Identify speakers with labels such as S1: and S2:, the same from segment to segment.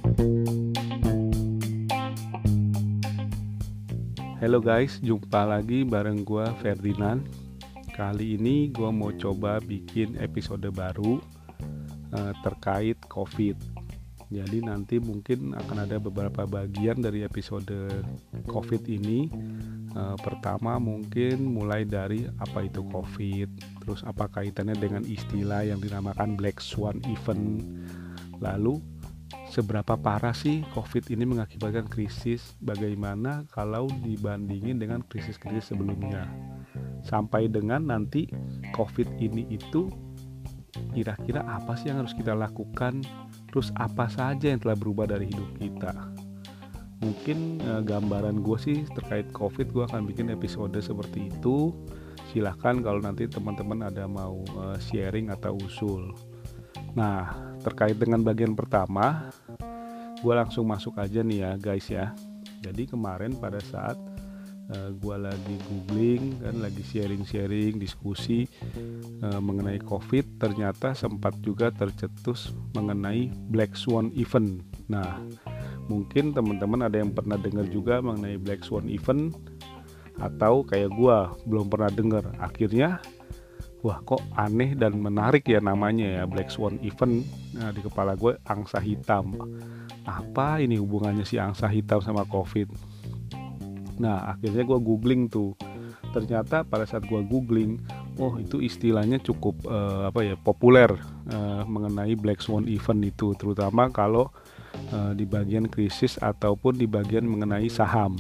S1: Halo guys, jumpa lagi bareng gua Ferdinand. Kali ini gua mau coba bikin episode baru terkait COVID. Jadi nanti mungkin akan ada beberapa bagian dari episode COVID ini. Pertama mungkin mulai dari apa itu COVID, terus apa kaitannya dengan istilah yang dinamakan Black Swan Event. Lalu seberapa parah sih COVID ini mengakibatkan krisis, bagaimana kalau dibandingin dengan krisis-krisis sebelumnya, sampai dengan nanti COVID ini itu kira-kira apa sih yang harus kita lakukan, terus apa saja yang telah berubah dari hidup kita. Mungkin gambaran gue sih terkait COVID, gue akan bikin episode seperti itu. Silahkan kalau nanti teman-teman ada mau sharing atau usul. Nah, terkait dengan bagian pertama, gue langsung masuk aja nih ya guys ya. Jadi kemarin pada saat gue lagi googling kan, lagi sharing-sharing diskusi mengenai COVID, ternyata sempat juga tercetus mengenai Black Swan Event. Nah, mungkin teman-teman ada yang pernah dengar juga mengenai Black Swan Event, atau kayak gue belum pernah dengar. Akhirnya wah, kok aneh dan menarik ya namanya ya, Black Swan Event. Nah, di kepala gue angsa hitam. Apa ini hubungannya si angsa hitam sama COVID? Nah, akhirnya gue googling tuh. Ternyata pada saat gue googling, oh itu istilahnya cukup populer mengenai Black Swan Event itu, terutama kalau di bagian krisis ataupun di bagian mengenai saham.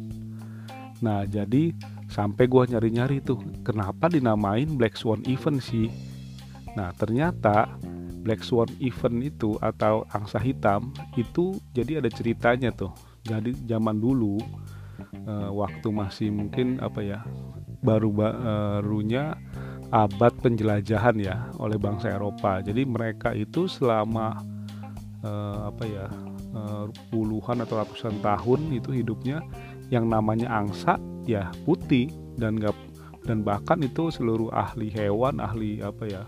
S1: Nah, jadi sampai gue nyari-nyari tuh, kenapa dinamain Black Swan Event sih? Nah, ternyata Black Swan Event itu atau angsa hitam itu jadi ada ceritanya tuh. Jadi zaman dulu waktu masih mungkin barunya abad penjelajahan ya oleh bangsa Eropa. Jadi mereka itu selama puluhan atau ratusan tahun itu hidupnya yang namanya angsa ya putih, dan bahkan itu seluruh ahli hewan, ahli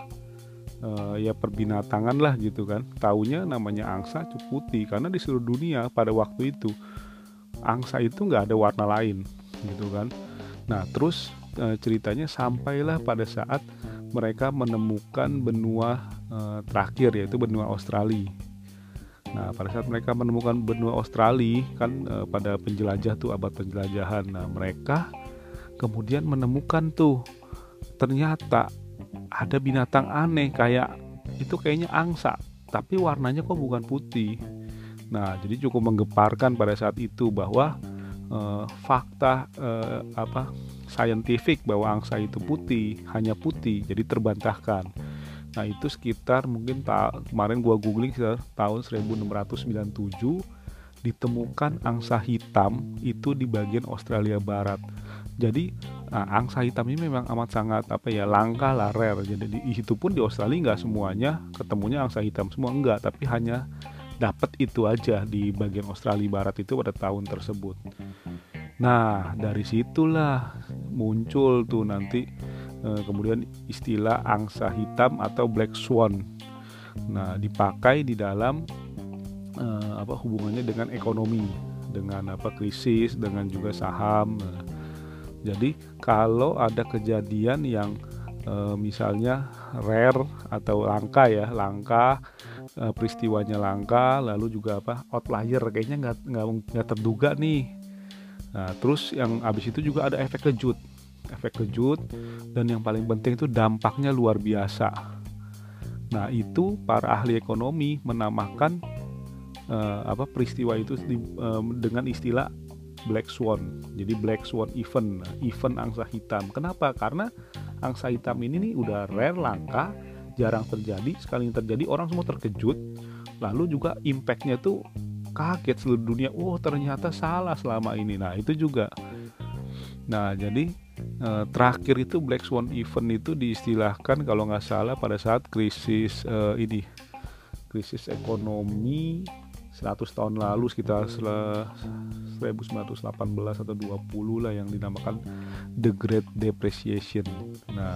S1: perbinatangan lah gitu kan, taunya namanya angsa putih karena di seluruh dunia pada waktu itu angsa itu nggak ada warna lain gitu kan. Nah, terus ceritanya sampailah pada saat mereka menemukan benua terakhir, yaitu benua Australia. Nah, pada saat mereka menemukan benua Australia kan pada penjelajah tuh, abad penjelajahan. Nah, mereka kemudian menemukan tuh ternyata ada binatang aneh kayak itu, kayaknya angsa tapi warnanya kok bukan putih. Nah, jadi cukup menggeparkan pada saat itu bahwa fakta saintifik bahwa angsa itu putih, hanya putih, jadi terbantahkan. Nah, itu sekitar mungkin kemarin gua googling sekitar tahun 1697 ditemukan angsa hitam itu di bagian Australia Barat. Jadi angsa hitam ini memang amat sangat langka lah, rare. Jadi itu pun di Australia nggak semuanya ketemunya angsa hitam semua, enggak, tapi hanya dapat itu aja di bagian Australia Barat itu pada tahun tersebut. Nah, dari situlah muncul tuh nanti kemudian istilah angsa hitam atau Black Swan. Nah, dipakai di dalam hubungannya dengan ekonomi, dengan krisis, dengan juga saham. Jadi kalau ada kejadian yang misalnya rare atau langka, peristiwanya langka, lalu juga outlier, kayaknya nggak terduga nih. Nah, terus yang abis itu juga ada efek kejut, dan yang paling penting itu dampaknya luar biasa. Nah, itu para ahli ekonomi menamakan peristiwa itu dengan istilah Black Swan. Jadi Black Swan Event angsa hitam. Kenapa? Karena angsa hitam ini nih udah rare, langka, jarang terjadi. Sekali terjadi orang semua terkejut, lalu juga impactnya tuh kaget seluruh dunia. Oh, ternyata salah selama ini. Nah, itu juga. Nah, jadi terakhir itu Black Swan Event itu diistilahkan kalau nggak salah pada saat krisis ekonomi 100 tahun lalu, sekitar 1918 atau 20 lah, yang dinamakan The Great Depression. Nah,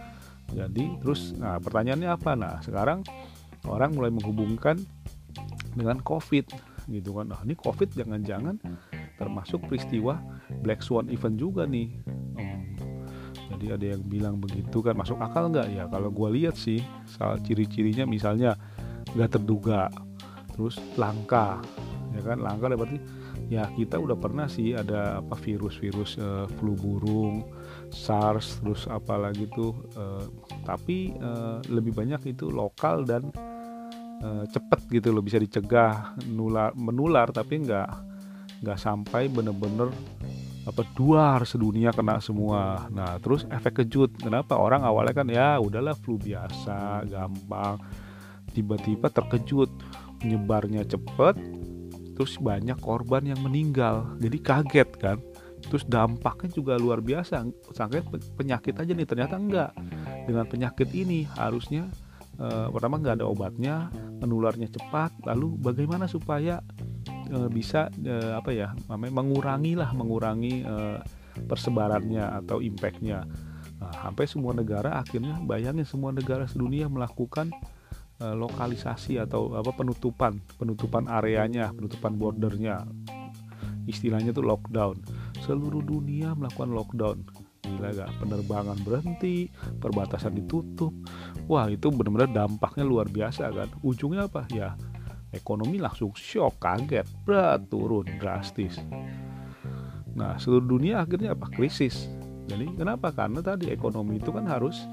S1: jadi terus pertanyaannya apa? Nah, sekarang orang mulai menghubungkan dengan COVID gitu kan. Nah, ini COVID jangan-jangan termasuk peristiwa Black Swan event juga nih. Jadi ada yang bilang begitu kan, masuk akal nggak ya? Kalau gue lihat sih, soal ciri-cirinya misalnya nggak terduga, terus langka, ya kan? Langka berarti ya kita udah pernah sih ada virus flu burung, SARS, terus apalagi tuh, tapi lebih banyak itu lokal dan cepet gitu loh, bisa dicegah menular tapi nggak sampai bener-bener duar sedunia kena semua. Nah terus efek kejut, kenapa orang awalnya kan ya udahlah flu biasa gampang, tiba-tiba terkejut menyebarnya cepet, terus banyak korban yang meninggal, jadi kaget kan. Terus dampaknya juga luar biasa, sampai penyakit aja nih ternyata enggak. Dengan penyakit ini harusnya pertama nggak ada obatnya, menularnya cepat, lalu bagaimana supaya bisa mengurangi persebarannya atau impactnya. Nah, sampai semua negara akhirnya, bayangin semua negara sedunia melakukan lokalisasi atau penutupan areanya, penutupan bordernya, istilahnya tuh lockdown. Seluruh dunia melakukan lockdown. Gila gak? Penerbangan berhenti, perbatasan ditutup. Wah, itu benar-benar dampaknya luar biasa kan. Ujungnya apa ya? Ekonomi langsung shock, kaget, turun drastis. Nah, seluruh dunia akhirnya krisis. Jadi kenapa? Karena tadi ekonomi itu kan harus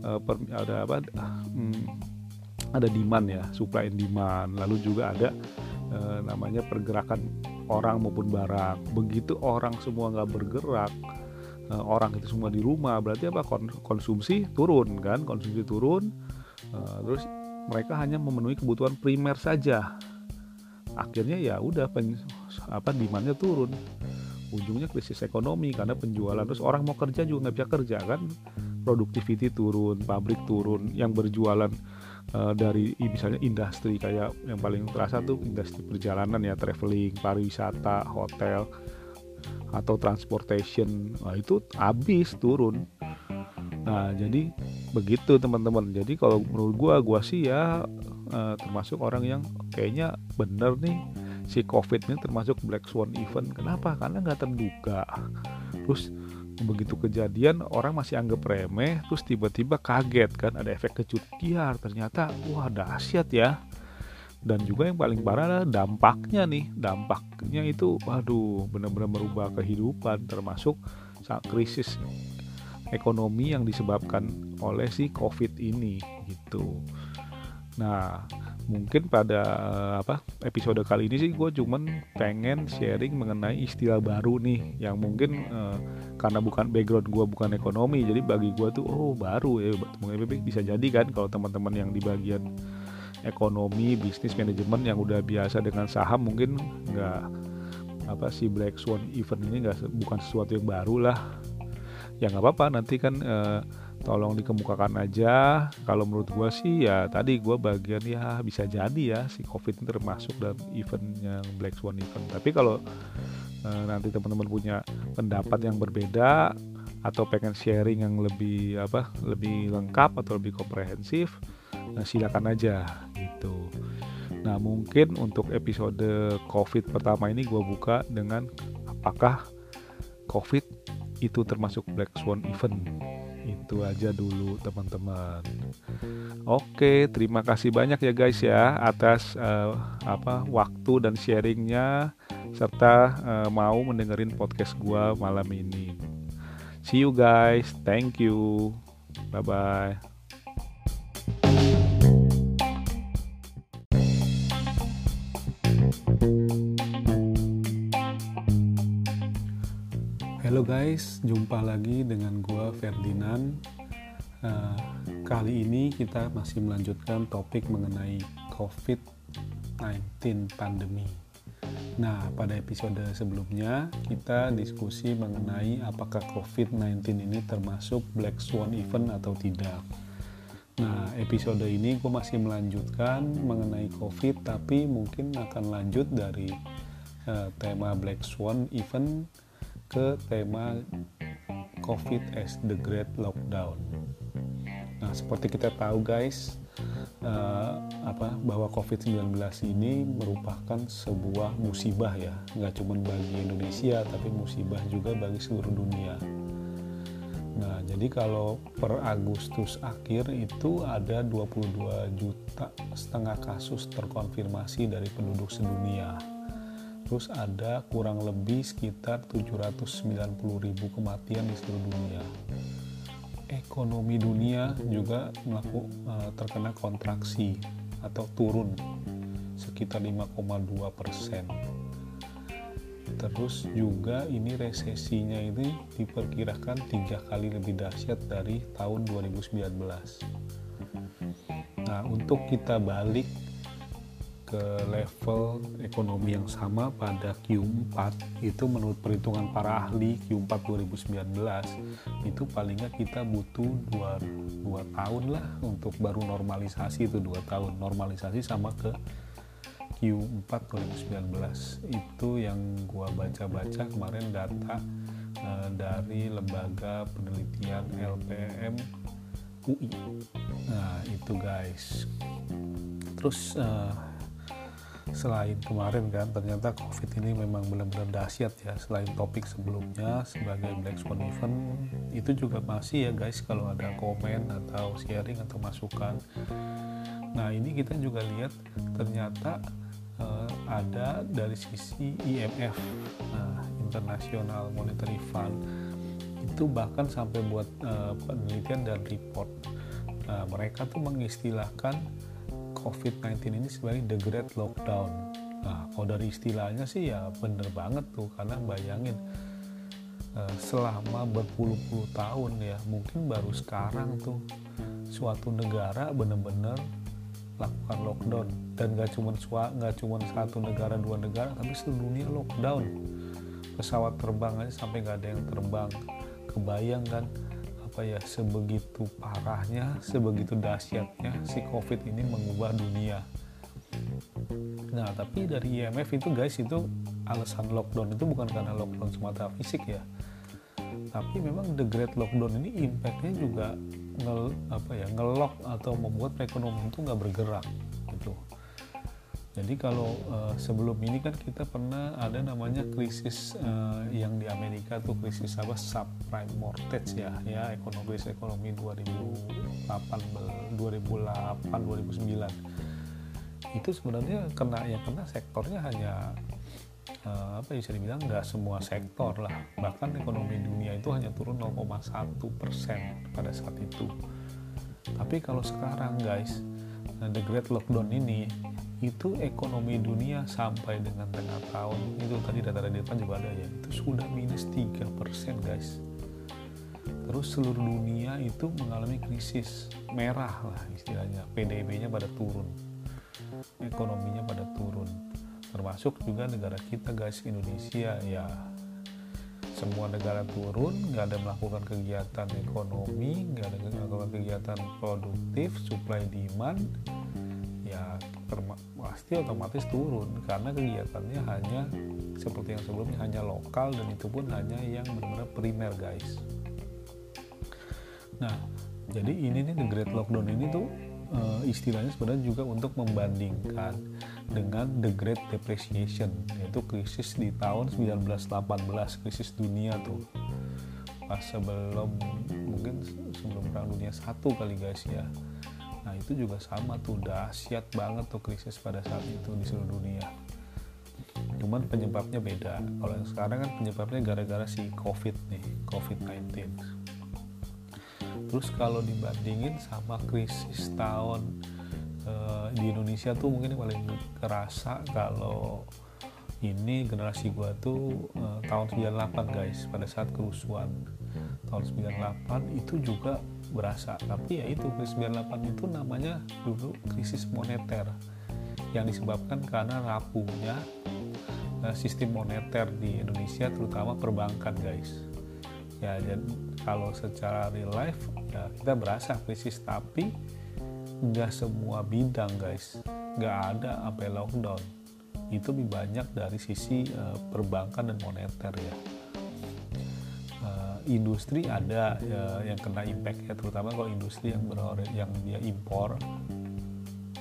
S1: ada demand ya, supply and demand. Lalu juga ada namanya pergerakan orang maupun barang. Begitu orang semua nggak bergerak, orang itu semua di rumah, berarti konsumsi turun kan, terus mereka hanya memenuhi kebutuhan primer saja. Akhirnya ya udah demandnya turun. Ujungnya krisis ekonomi karena penjualan, terus orang mau kerja juga nggak bisa kerja kan, productivity turun, pabrik turun, yang berjualan dari misalnya industri kayak yang paling terasa tuh industri perjalanan ya, traveling, pariwisata, hotel atau transportation, itu habis turun. Nah jadi begitu teman-teman. Jadi kalau menurut gua sih ya termasuk orang yang kayaknya bener nih, si COVID ini termasuk Black Swan event. Kenapa? Karena nggak terduga. Terus begitu kejadian orang masih anggap remeh, terus tiba-tiba kaget kan, ada efek kejut biar ternyata wah dahsyat ya. Dan juga yang paling parah adalah dampaknya itu benar-benar merubah kehidupan, termasuk saat krisis ekonomi yang disebabkan oleh si COVID ini gitu. Nah mungkin pada episode kali ini sih gue cuman pengen sharing mengenai istilah baru nih, yang mungkin karena background gue bukan ekonomi, jadi bagi gue tuh baru ya. Mungkin bisa jadi kan kalau teman-teman yang di bagian ekonomi, bisnis, manajemen yang udah biasa dengan saham, mungkin nggak si Black Swan event ini bukan sesuatu yang baru lah. Ya nggak apa-apa, nanti kan tolong dikemukakan aja. Kalau menurut gue sih ya tadi gue bagian ya bisa jadi ya si COVID ini termasuk dalam event yang Black Swan event. Tapi kalau nanti teman-teman punya pendapat yang berbeda atau pengen sharing yang lebih lengkap atau lebih komprehensif, silakan aja gitu. Nah mungkin untuk episode COVID pertama ini gue buka dengan apakah COVID itu termasuk Black Swan event. Itu aja dulu teman-teman. Oke, terima kasih banyak ya guys ya atas waktu dan sharingnya, serta mau mendengerin podcast gua malam ini. See you guys, thank you, bye bye. Halo guys, jumpa lagi dengan gua Ferdinand. Kali ini kita masih melanjutkan topik mengenai COVID-19 pandemi. Nah, pada episode sebelumnya kita diskusi mengenai apakah COVID-19 ini termasuk Black Swan event atau tidak. Nah, episode ini gue masih melanjutkan mengenai COVID, tapi mungkin akan lanjut dari tema Black Swan event ke tema COVID as the Great Lockdown. Nah, seperti kita tahu guys, bahwa COVID-19 ini merupakan sebuah musibah ya, nggak cuma bagi Indonesia tapi musibah juga bagi seluruh dunia. Nah, jadi kalau per Agustus akhir itu ada 22,5 juta kasus terkonfirmasi dari penduduk sedunia. Terus ada kurang lebih sekitar 790.000 kematian di seluruh dunia. Ekonomi dunia juga terkena kontraksi atau turun sekitar 5,2%. Terus juga ini resesinya ini diperkirakan 3 kali lebih dahsyat dari tahun 2019. Nah, untuk kita balik ke level ekonomi yang sama pada Q4 itu menurut perhitungan para ahli Q4 2019 itu paling nggak kita butuh 2 tahun lah untuk baru normalisasi, itu 2 tahun normalisasi sama ke Q4 2019. Itu yang gua baca-baca kemarin data dari lembaga penelitian LPM UI. Nah itu guys. Terus selain kemarin kan ternyata COVID ini memang benar-benar dahsyat ya. Selain topik sebelumnya sebagai Black Swan Event, itu juga masih ya guys kalau ada komen atau sharing atau masukan. Nah ini kita juga lihat ternyata ada dari sisi IMF, International Monetary Fund, itu bahkan sampai buat penelitian dan report. Mereka tuh mengistilahkan COVID-19 ini sebagai the Great Lockdown. Nah, kalau dari istilahnya sih ya bener banget tuh, karena bayangin selama berpuluh-puluh tahun ya, mungkin baru sekarang tuh suatu negara bener-bener lakukan lockdown, dan nggak cuma satu negara, 2 negara, tapi seluruh dunia lockdown. Pesawat terbang aja sampai nggak ada yang terbang. Kebayang kan sebegitu parahnya, sebegitu dahsyatnya si COVID ini mengubah dunia. Nah, tapi dari IMF itu guys, itu alasan lockdown itu bukan karena lockdown semata fisik ya, tapi memang the Great Lockdown ini impactnya juga ngelock atau membuat perekonomian itu nggak bergerak gitu. Jadi kalau sebelum ini kan kita pernah ada namanya krisis yang di Amerika tuh krisis subprime mortgage ya krisis ekonomi 2008 2009. Itu sebenarnya kena sektornya hanya bisa dibilang nggak semua sektor lah, bahkan ekonomi dunia itu hanya turun 0,1% pada saat itu. Tapi kalau sekarang guys, the Great Lockdown ini itu ekonomi dunia sampai dengan tengah tahun itu tadi data dari depan juga ada ya, itu sudah minus 3% guys. Terus seluruh dunia itu mengalami krisis merah lah istilahnya, PDB-nya pada turun, ekonominya pada turun, termasuk juga negara kita guys, Indonesia ya. Semua negara turun, nggak ada melakukan kegiatan ekonomi, nggak ada melakukan kegiatan produktif, supply demand ya pasti otomatis turun, karena kegiatannya hanya seperti yang sebelumnya, hanya lokal, dan itu pun hanya yang benar-benar primer guys. Nah jadi ini nih the Great Lockdown ini tuh istilahnya sebenarnya juga untuk membandingkan dengan the Great Depression, yaitu krisis di tahun 1918, krisis dunia tuh pas mungkin sebelum Perang Dunia 1 kali guys ya. Nah itu juga sama tuh, dahsyat banget tuh krisis pada saat itu di seluruh dunia. Cuman penyebabnya beda. Kalau yang sekarang kan penyebabnya gara-gara si COVID-19. Terus kalau dibandingin sama krisis tahun di Indonesia tuh mungkin yang paling kerasa, kalau ini generasi gua tuh tahun 98 guys, pada saat kerusuhan tahun 98 itu juga berasa. Tapi ya itu krisis 98 itu namanya dulu krisis moneter, yang disebabkan karena rapuhnya sistem moneter di Indonesia, terutama perbankan guys ya. Dan kalau secara real life ya kita berasa krisis, tapi nggak semua bidang guys, nggak ada sampai lockdown. Itu lebih banyak dari sisi perbankan dan moneter ya. Industri ada yang kena impact ya, terutama kalau industri yang dia impor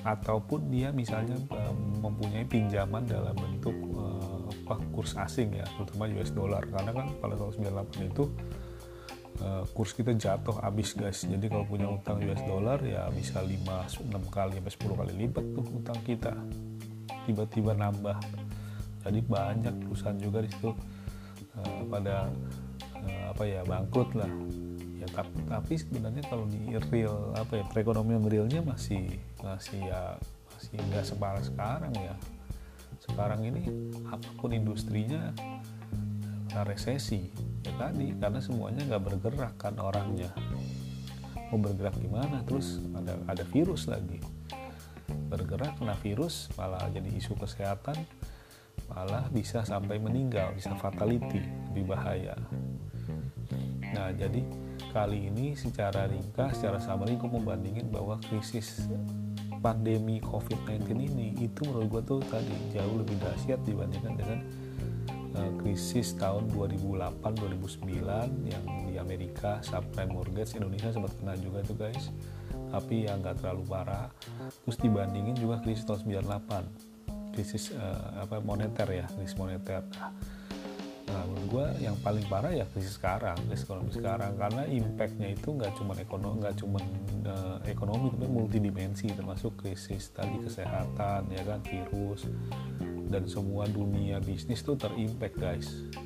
S2: ataupun dia misalnya mempunyai pinjaman dalam bentuk kurs asing ya, terutama US dollar, karena kan pada tahun 98 itu kurs kita jatuh habis guys. Jadi kalau punya utang US dollar ya bisa 5-6 kali sampai 10 kali lipat tuh utang kita, tiba-tiba nambah. Jadi banyak perusahaan juga di situ pada bangkrut lah ya. Tapi sebenarnya kalau di real perekonomian realnya masih nggak separah sekarang ya. Sekarang ini apapun industrinya resesi ya tadi, karena semuanya nggak bergerak kan orangnya. Mau bergerak gimana? Terus ada virus lagi, bergerak kena virus malah jadi isu kesehatan, malah bisa sampai meninggal, bisa fatality, lebih bahaya. Nah jadi kali ini secara ringkas, secara summary gue membandingin bahwa krisis pandemi COVID-19 ini itu menurut gue tuh tadi jauh lebih dahsyat dibandingkan dengan krisis tahun 2008-2009 yang di Amerika, subprime mortgage. Indonesia sempat kena juga tuh guys, tapi yang nggak terlalu parah. Terus dibandingin juga krisis tahun 98, krisis moneter ya, krisis moneter. Nah menurut gue yang paling parah ya krisis ekonomi sekarang, karena impactnya itu nggak cuma ekonomi tapi multidimensi, termasuk krisis tadi kesehatan ya kan, virus, dan semua dunia bisnis tuh terimpact guys.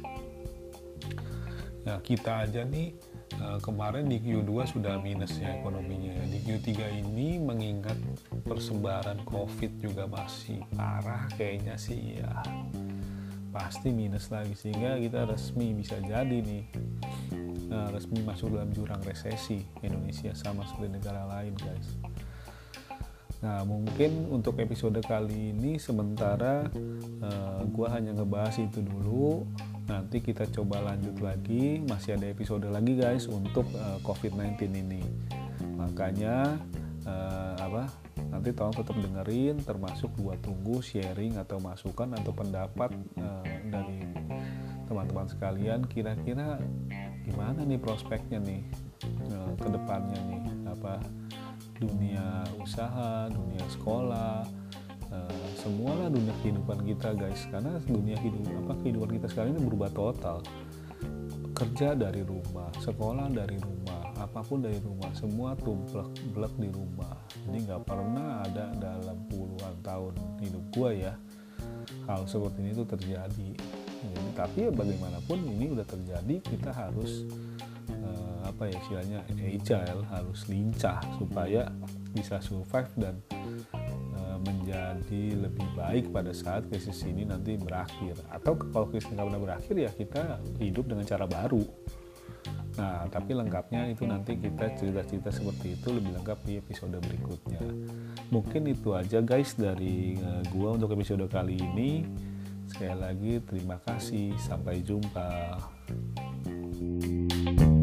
S2: Nah kita aja nih kemarin di Q2 sudah minus ya ekonominya. Di Q3 ini mengingat persebaran COVID juga masih parah kayaknya sih ya, pasti minus lagi, sehingga kita resmi bisa jadi nih resmi masuk dalam jurang resesi Indonesia sama seperti negara lain guys. Nah mungkin untuk episode kali ini sementara gue hanya ngebahas itu dulu. Nanti kita coba lanjut lagi, masih ada episode lagi guys untuk COVID-19 ini. Makanya nanti tolong tetap dengerin, termasuk gua tunggu sharing atau masukan atau pendapat dari teman-teman sekalian. Kira-kira gimana nih prospeknya nih ke depannya nih, dunia usaha, dunia sekolah, semualah dunia kehidupan kita guys. Karena kehidupan kita sekarang ini berubah total. Kerja dari rumah, sekolah dari rumah, apapun dari rumah, semua tumplek di rumah. Jadi nggak pernah ada dalam puluhan tahun hidup gua ya hal seperti ini tuh terjadi. Jadi, tapi ya bagaimanapun ini udah terjadi, kita harus istilahnya agile, harus lincah supaya bisa survive dan menjadi lebih baik pada saat krisis ini nanti berakhir. Atau kalau krisis nggak pernah berakhir ya kita hidup dengan cara baru. Nah tapi lengkapnya itu nanti kita cerita-cerita seperti itu lebih lengkap di episode berikutnya. Mungkin itu aja guys dari gua untuk episode kali ini. Sekali lagi terima kasih, sampai jumpa.